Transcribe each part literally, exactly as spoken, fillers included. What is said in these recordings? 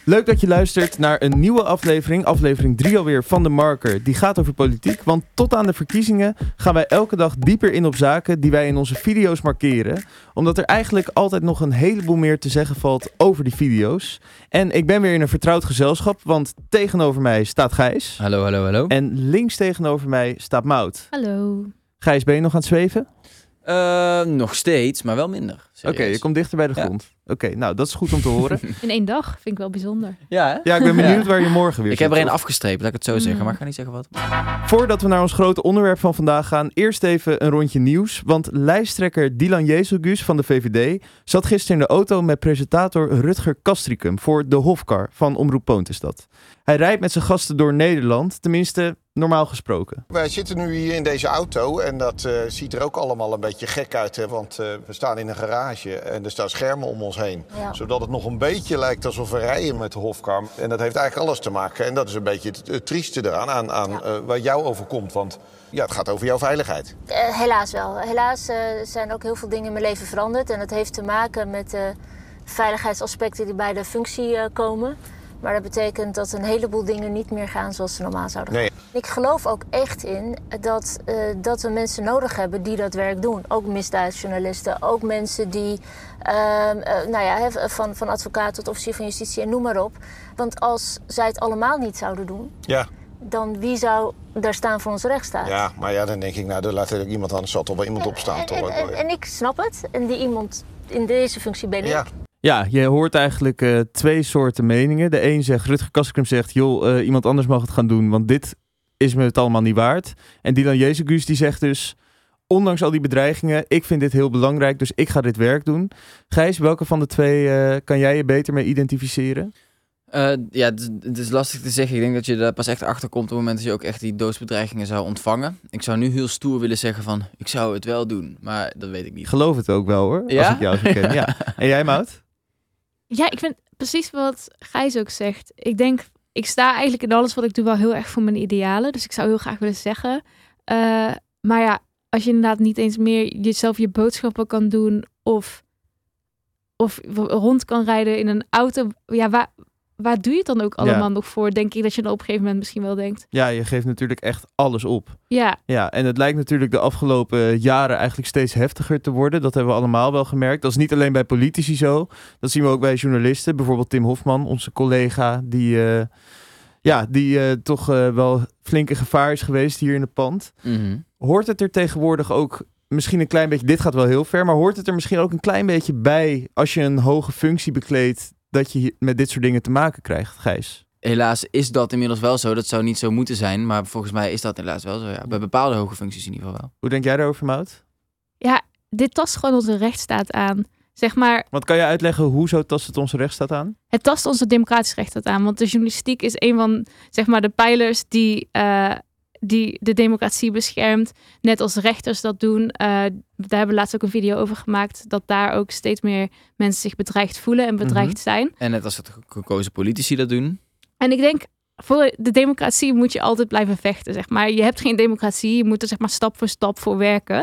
Leuk dat je luistert naar een nieuwe aflevering, aflevering drie alweer van De Marker. Die gaat over politiek, want tot aan de verkiezingen gaan wij elke dag dieper in op zaken die wij in onze video's markeren. Omdat er eigenlijk altijd nog een heleboel meer te zeggen valt over die video's. En ik ben weer in een vertrouwd gezelschap, want tegenover mij staat Gijs. Hallo, hallo, hallo. En links tegenover mij staat Maud. Hallo. Gijs, ben je nog aan het zweven? Uh, nog steeds, maar wel minder. Oké, okay, je komt dichter bij de grond. Ja. Oké, okay, nou dat is goed om te horen. In één dag vind ik wel bijzonder. Ja, hè? Ja, ik ben benieuwd waar je morgen weer Ik zit, heb er één of... afgestreept, laat ik het zo zeggen, maar ik ga niet zeggen wat. Voordat we naar ons grote onderwerp van vandaag gaan, eerst even een rondje nieuws. Want lijsttrekker Dylan Jezelgus van de V V D zat gisteren in de auto met presentator Rutger Kastricum voor de Hofkar van Omroep Poont is dat. Hij rijdt met zijn gasten door Nederland, tenminste normaal gesproken. Wij zitten nu hier in deze auto en dat uh, ziet er ook allemaal een beetje gek uit. Hè? Want uh, we staan in een garage en er staan schermen om ons heen. Ja. Zodat het nog een beetje lijkt alsof we rijden met de Hofkar. En dat heeft eigenlijk alles te maken. En dat is een beetje het, het trieste eraan, aan, aan ja. uh, wat jou overkomt. Want ja, het gaat over jouw veiligheid. Uh, helaas wel. Helaas uh, zijn ook heel veel dingen in mijn leven veranderd. En dat heeft te maken met de uh, veiligheidsaspecten die bij de functie uh, komen. Maar dat betekent dat een heleboel dingen niet meer gaan zoals ze normaal zouden gaan. Nee. Ik geloof ook echt in dat, uh, dat we mensen nodig hebben die dat werk doen. Ook misdaadjournalisten, ook mensen die, uh, uh, nou ja, van, van advocaat tot officier van justitie en noem maar op. Want als zij het allemaal niet zouden doen, ja. dan wie zou daar staan voor onze rechtsstaat? Ja, maar ja, dan denk ik, nou, er laat er iemand aan, er zal toch wel iemand op staan. En, toch? En, en, en ik snap het. En die iemand in deze functie ben ik. Ja. Ja, je hoort eigenlijk uh, twee soorten meningen. De een zegt, Rutger Kastricum zegt, joh, uh, iemand anders mag het gaan doen, want dit is me het allemaal niet waard. En Dylan Jezelgus die zegt dus, ondanks al die bedreigingen, ik vind dit heel belangrijk, dus ik ga dit werk doen. Gijs, welke van de twee uh, kan jij je beter mee identificeren? Uh, ja, het, het is lastig te zeggen. Ik denk dat je daar pas echt achter komt op het moment dat je ook echt die doodsbedreigingen zou ontvangen. Ik zou nu heel stoer willen zeggen van, ik zou het wel doen, maar dat weet ik niet. Geloof het ook wel hoor, ja? als ik jou zo ken. Ja. En jij, Maud? Ja, ik vind precies wat Gijs ook zegt. Ik denk, ik sta eigenlijk in alles wat ik doe wel heel erg voor mijn idealen. Dus ik zou heel graag willen zeggen. Uh, maar ja, als je inderdaad niet eens meer jezelf je boodschappen kan doen of, of rond kan rijden in een auto. Ja, waar, waar doe je het dan ook allemaal ja. nog voor? Denk ik dat je dan op een gegeven moment misschien wel denkt. Ja, je geeft natuurlijk echt alles op. Ja. Ja, en het lijkt natuurlijk de afgelopen jaren eigenlijk steeds heftiger te worden. Dat hebben we allemaal wel gemerkt. Dat is niet alleen bij politici zo. Dat zien we ook bij journalisten. Bijvoorbeeld Tim Hofman, onze collega, die, uh, ja, die uh, toch uh, wel flinke gevaar is geweest hier in het pand. Mm-hmm. Hoort het er tegenwoordig ook misschien een klein beetje, dit gaat wel heel ver, maar hoort het er misschien ook een klein beetje bij als je een hoge functie bekleedt, dat je met dit soort dingen te maken krijgt, Gijs? Helaas is dat inmiddels wel zo. Dat zou niet zo moeten zijn, maar volgens mij is dat helaas wel zo. Ja. Bij bepaalde hoge functies in ieder geval wel. Hoe denk jij daarover, Maud? Ja, dit tast gewoon onze rechtsstaat aan. Zeg maar. Want kan je uitleggen hoezo tast het onze rechtsstaat aan? Het tast onze democratische rechtsstaat aan, want de journalistiek is een van, zeg maar, de pijlers die, uh, die de democratie beschermt. Net als rechters dat doen. Uh, daar hebben we laatst ook een video over gemaakt, dat daar ook steeds meer mensen zich bedreigd voelen en bedreigd mm-hmm. zijn. En net als het gekozen politici dat doen. En ik denk, voor de democratie moet je altijd blijven vechten, zeg maar. Je hebt geen democratie, je moet er zeg maar stap voor stap voor werken.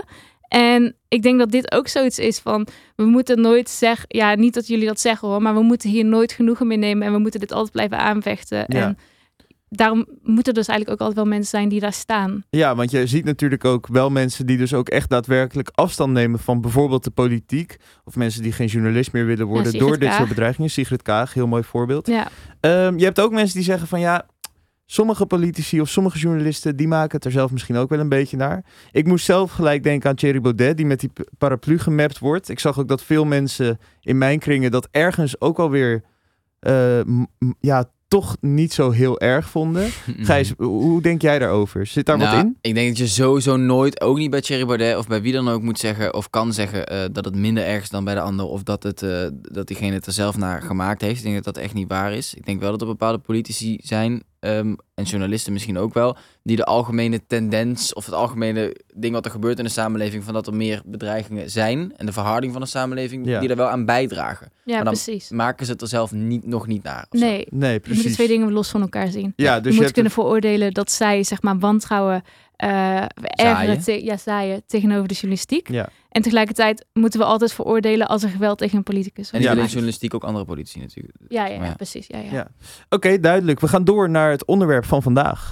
En ik denk dat dit ook zoiets is van, we moeten nooit zeggen, ja, niet dat jullie dat zeggen hoor, maar we moeten hier nooit genoegen mee nemen en we moeten dit altijd blijven aanvechten. Ja. En daarom moeten er dus eigenlijk ook altijd wel mensen zijn die daar staan. Ja, want je ziet natuurlijk ook wel mensen die dus ook echt daadwerkelijk afstand nemen van bijvoorbeeld de politiek. Of mensen die geen journalist meer willen worden ja, door dit soort bedreigingen. Sigrid Kaag, heel mooi voorbeeld. Ja. Um, je hebt ook mensen die zeggen van ja, sommige politici of sommige journalisten, die maken het er zelf misschien ook wel een beetje naar. Ik moest zelf gelijk denken aan Thierry Baudet, die met die paraplu gemapt wordt. Ik zag ook dat veel mensen in mijn kringen dat ergens ook alweer uh, m- ja, toch niet zo heel erg vonden. Gijs, hoe denk jij daarover? Zit daar nou, wat in? Ik denk dat je sowieso nooit, ook niet bij Thierry Baudet of bij wie dan ook moet zeggen of kan zeggen uh, dat het minder erg is dan bij de ander of dat, het, uh, dat diegene het er zelf naar gemaakt heeft. Ik denk dat dat echt niet waar is. Ik denk wel dat er bepaalde politici zijn um, en journalisten misschien ook wel, die de algemene tendens of het algemene ding wat er gebeurt in de samenleving, van dat er meer bedreigingen zijn en de verharding van de samenleving, ja. die er wel aan bijdragen. Ja, maar dan precies. maken ze het er zelf niet, nog niet naar. Nee, nee, precies. Je moet de twee dingen los van elkaar zien. Ja, dus je, je moet hebt kunnen veroordelen dat zij zeg maar wantrouwen uh, ergeren, te- ja, zaaien tegenover de journalistiek. Ja. En tegelijkertijd moeten we altijd veroordelen als er geweld tegen een politicus En niet Ja, alleen is. journalistiek, ook andere politici natuurlijk. Ja, ja, Maar ja, ja. precies. Ja, ja. Ja. Oké, okay, duidelijk. We gaan door naar het onderwerp van vandaag.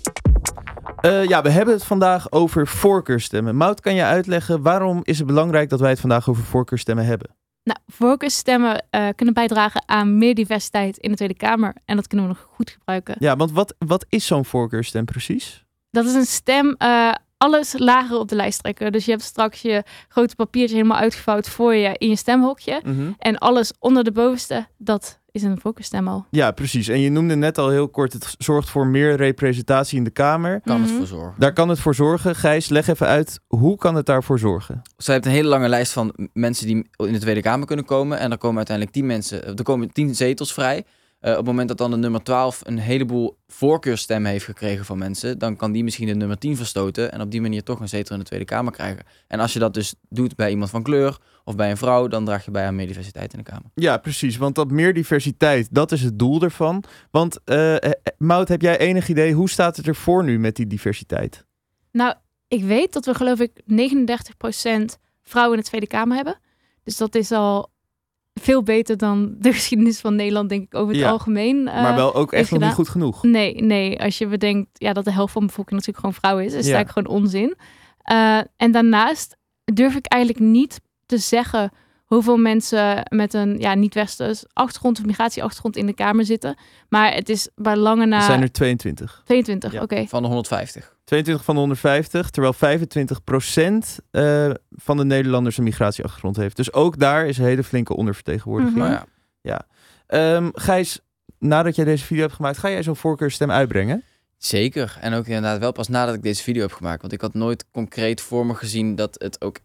Uh, ja, we hebben het vandaag over voorkeurstemmen. Maud, kan je uitleggen waarom is het belangrijk dat wij het vandaag over voorkeurstemmen hebben? Nou, voorkeurstemmen uh, kunnen bijdragen aan meer diversiteit in de Tweede Kamer. En dat kunnen we nog goed gebruiken. Ja, want wat, wat is zo'n voorkeurstem precies? Dat is een stem, uh, alles lager op de lijst trekken. Dus je hebt straks je grote papiertje helemaal uitgevouwd voor je in je stemhokje. Mm-hmm. En alles onder de bovenste, dat is een voorkeurstem al. Ja, precies. En je noemde net al heel kort, het zorgt voor meer representatie in de Kamer. Kan Mhm. het voor zorgen. Daar kan het voor zorgen. Gijs, leg even uit, hoe kan het daarvoor zorgen? Zij heeft een hele lange lijst van mensen die in de Tweede Kamer kunnen komen. En er komen uiteindelijk tien mensen, er komen tien zetels vrij. Uh, op het moment dat dan de nummer twaalf een heleboel voorkeurstemmen heeft gekregen van mensen, dan kan die misschien de nummer tien verstoten en op die manier toch een zetel in de Tweede Kamer krijgen. En als je dat dus doet bij iemand van kleur of bij een vrouw, dan draag je bij aan meer diversiteit in de Kamer. Ja, precies. Want dat meer diversiteit, dat is het doel ervan. Want uh, Maud, heb jij enig idee, hoe staat het ervoor nu met die diversiteit? Nou, ik weet dat we geloof ik negenendertig procent vrouwen in de Tweede Kamer hebben. Dus dat is al veel beter dan de geschiedenis van Nederland, denk ik, over het ja, algemeen. Uh, maar wel ook echt nog gedaan. niet goed genoeg. Nee, nee. Als je bedenkt ja, dat de helft van de bevolking natuurlijk gewoon vrouw is, is Ja. het eigenlijk gewoon onzin. Uh, en daarnaast durf ik eigenlijk niet te zeggen hoeveel mensen met een ja, niet-westers achtergrond of migratieachtergrond in de Kamer zitten. Maar het is bij lange na... Er zijn er tweeëntwintig. tweeëntwintig, Ja. oké. Okay. Van de honderdvijftig. tweeëntwintig van de honderdvijftig, terwijl vijfentwintig procent uh, van de Nederlanders een migratieachtergrond heeft. Dus ook daar is een hele flinke ondervertegenwoordiging. Mhm. Maar ja, Um, Gijs, nadat jij deze video hebt gemaakt, ga jij zo'n voorkeurstem uitbrengen? zeker. En ook inderdaad wel pas nadat ik deze video heb gemaakt. Want ik had nooit concreet voor me gezien dat het ook,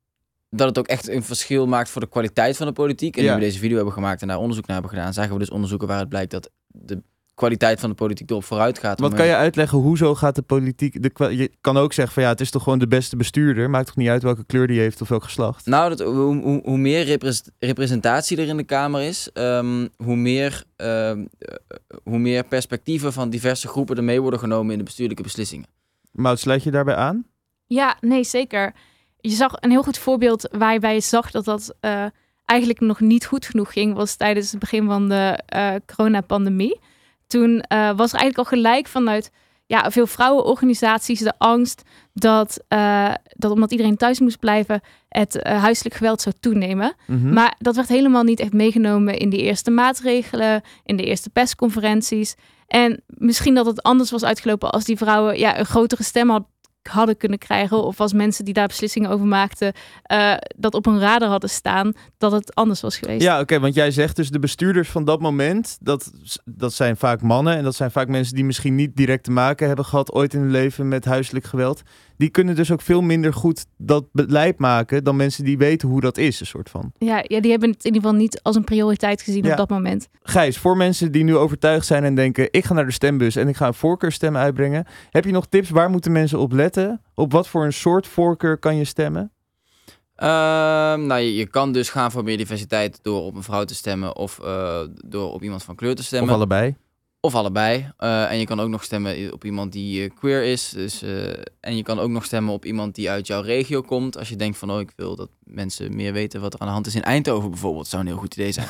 dat het ook echt een verschil maakt voor de kwaliteit van de politiek. En Ja. nu we deze video hebben gemaakt en daar onderzoek naar hebben gedaan, zagen we dus onderzoeken waaruit blijkt dat de kwaliteit van de politiek erop vooruit gaat. Wat kan je uitleggen, hoezo gaat de politiek... De, kwa- je kan ook zeggen van ja, het is toch gewoon de beste bestuurder. Maakt toch niet uit welke kleur die heeft of welk geslacht? Nou, dat, hoe, hoe, hoe meer repres- representatie er in de Kamer is, um, hoe, meer, um, uh, hoe meer perspectieven van diverse groepen er mee worden genomen in de bestuurlijke beslissingen. Maud, sluit je daarbij aan? Ja, nee, zeker. Je zag een heel goed voorbeeld waarbij je zag dat dat uh, eigenlijk nog niet goed genoeg ging, was tijdens het begin van de uh, coronapandemie. Toen uh, was er eigenlijk al gelijk vanuit ja, veel vrouwenorganisaties de angst dat, uh, dat omdat iedereen thuis moest blijven, het uh, huiselijk geweld zou toenemen. Mm-hmm. Maar dat werd helemaal niet echt meegenomen in die eerste maatregelen, in de eerste persconferenties. En misschien dat het anders was uitgelopen als die vrouwen ja, een grotere stem had, hadden kunnen krijgen. Of als mensen die daar beslissingen over maakten, uh, dat op een radar hadden staan, dat het anders was geweest. Ja, oké, okay, want jij zegt dus de bestuurders van dat moment, dat, dat zijn vaak mannen en dat zijn vaak mensen die misschien niet direct te maken hebben gehad ooit in hun leven met huiselijk geweld. Die kunnen dus ook veel minder goed dat beleid maken dan mensen die weten hoe dat is, een soort van. Ja, ja die hebben het in ieder geval niet als een prioriteit gezien Ja. op dat moment. Gijs, voor mensen die nu overtuigd zijn en denken, ik ga naar de stembus en ik ga een voorkeurstem uitbrengen. Heb je nog tips, waar moeten mensen op letten? Op wat voor een soort voorkeur kan je stemmen? Uh, nou, je, je kan dus gaan voor meer diversiteit door op een vrouw te stemmen of uh, door op iemand van kleur te stemmen. Of allebei? Of allebei. Uh, en je kan ook nog stemmen op iemand die uh, queer is. Dus, uh, en je kan ook nog stemmen op iemand die uit jouw regio komt. Als je denkt van, oh, ik wil dat mensen meer weten wat er aan de hand is in Eindhoven bijvoorbeeld. Zou een heel goed idee zijn.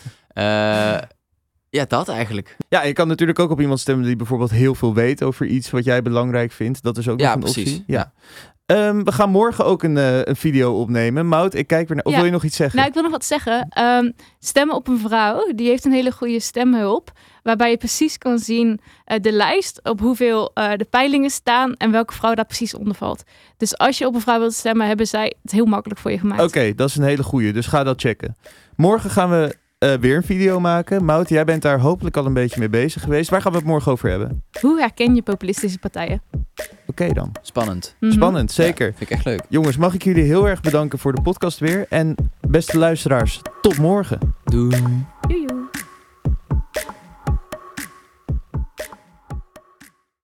uh, ja, dat eigenlijk. Ja, je kan natuurlijk ook op iemand stemmen die bijvoorbeeld heel veel weet over iets wat jij belangrijk vindt. Dat is ook Ja, nog een precies. optie. Ja. Um, we gaan morgen ook een, uh, een video opnemen. Maud, ik kijk weer naar... Of Ja. wil je nog iets zeggen? Nou, ik wil nog wat zeggen. Um, stemmen op een vrouw, die heeft een hele goede stemhulp. Waarbij je precies kan zien uh, de lijst op hoeveel uh, de peilingen staan en welke vrouw daar precies onder valt. Dus als je op een vrouw wilt stemmen, hebben zij het heel makkelijk voor je gemaakt. Oké, okay, dat is een hele goeie. Dus ga dat checken. Morgen gaan we uh, weer een video maken. Maud, jij bent daar hopelijk al een beetje mee bezig geweest. Waar gaan we het morgen over hebben? Hoe herken je populistische partijen? Oké okay, dan. Spannend. Mm-hmm. Spannend, zeker. Ja, vind ik echt leuk. Jongens, mag ik jullie heel erg bedanken voor de podcast weer. En beste luisteraars, tot morgen. Doei.